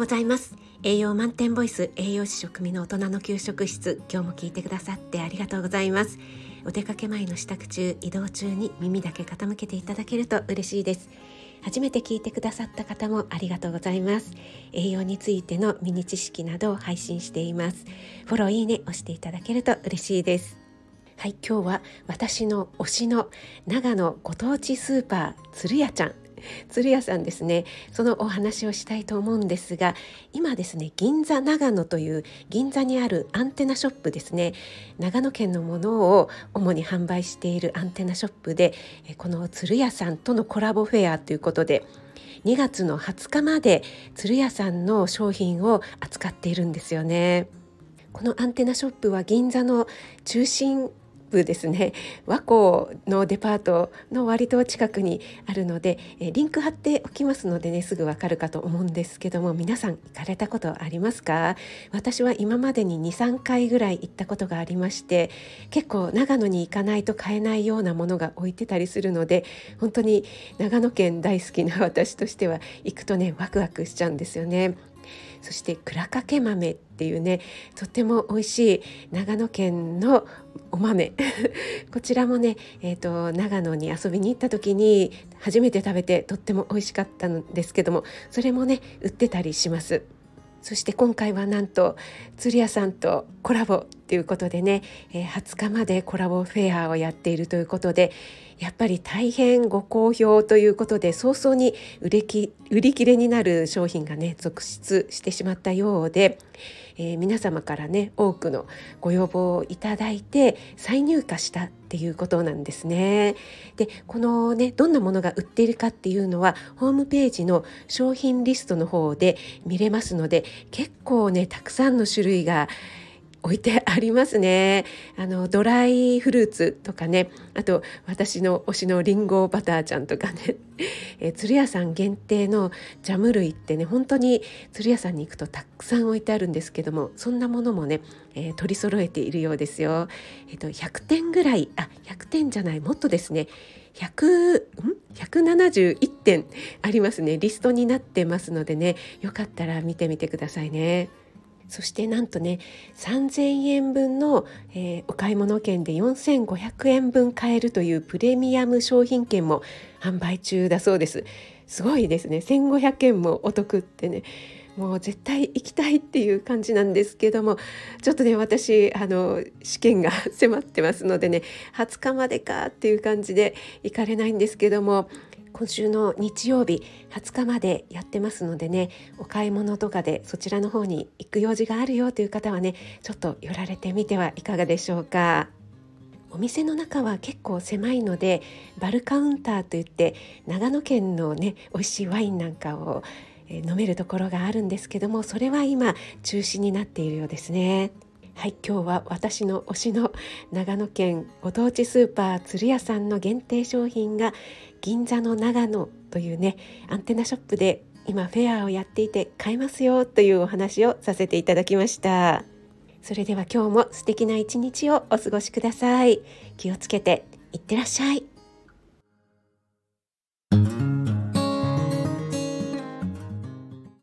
ざいます。栄養満点ボイス、栄養士食味の大人の給食室、今日も聞いてくださってありがとうございます。お出かけ前の支度中、移動中に耳だけ傾けていただけると嬉しいです。初めて聞いてくださった方もありがとうございます。栄養についてのミニ知識などを配信しています。フォロー、いいね押していただけると嬉しいです。はい、今日は私の推しの長野ご当地スーパー鶴屋ちゃん、鶴屋さんですね。そのお話をしたいと思うんですが、今ですね、銀座長野という銀座にあるアンテナショップですね、長野県のものを主に販売しているアンテナショップで、この鶴屋さんとのコラボフェアということで2月の20日まで鶴屋さんの商品を扱っているんですよね。このアンテナショップは銀座の中心部ですね、和光のデパートの割と近くにあるので、リンク貼っておきますのでね、すぐわかるかと思うんですけども、皆さん行かれたことありますか？私は今までに 2,3 回ぐらい行ったことがありまして、結構長野に行かないと買えないようなものが置いてたりするので、本当に長野県大好きな私としては行くとね、ワクワクしちゃうんですよね。そして倉掛豆っていうね、とっても美味しい長野県のお豆こちらもね、長野に遊びに行った時に初めて食べてとっても美味しかったんですけども、それもね売ってたりします。そして今回はなんと鶴屋さんとコラボということでね、20日までコラボフェアをやっているということで、やっぱり大変ご好評ということで、早々に売り切れになる商品がね続出してしまったようで、皆様からね多くのご要望をいただいて再入荷したっていうことなんですね。で、このねどんなものが売っているかっていうのはホームページの商品リストの方で見れますので、結構ねたくさんの種類が置いてありますね。ドライフルーツとかね、あと私の推しのリンゴバターちゃんとかね鶴屋さん限定のジャム類ってね、本当に鶴屋さんに行くとたくさん置いてあるんですけども、そんなものもね、取り揃えているようですよ。100点ぐらい、100点じゃない、もっとですね、171点ありますね。リストになってますのでね、よかったら見てみてくださいね。そしてなんとね、3000円分の、お買い物券で4500円分買えるというプレミアム商品券も販売中だそうです。すごいですね。1500円もお得ってね、もう絶対行きたいっていう感じなんですけども、ちょっとね私試験が迫ってますのでね、20日までかっていう感じで行かれないんですけども、今週の日曜日20日までやってますのでね、お買い物とかでそちらの方に行く用事があるよという方はね、ちょっと寄られてみてはいかがでしょうか。お店の中は結構狭いので、バルカウンターといって長野県のね美味しいワインなんかを飲めるところがあるんですけども、それは今中止になっているようですね。はい、今日は私の推しの長野県ご当地スーパー鶴屋さんの限定商品が銀座の長野というねアンテナショップで今フェアをやっていて買えますよというお話をさせていただきました。それでは今日も素敵な一日をお過ごしください。気をつけていってらっしゃい。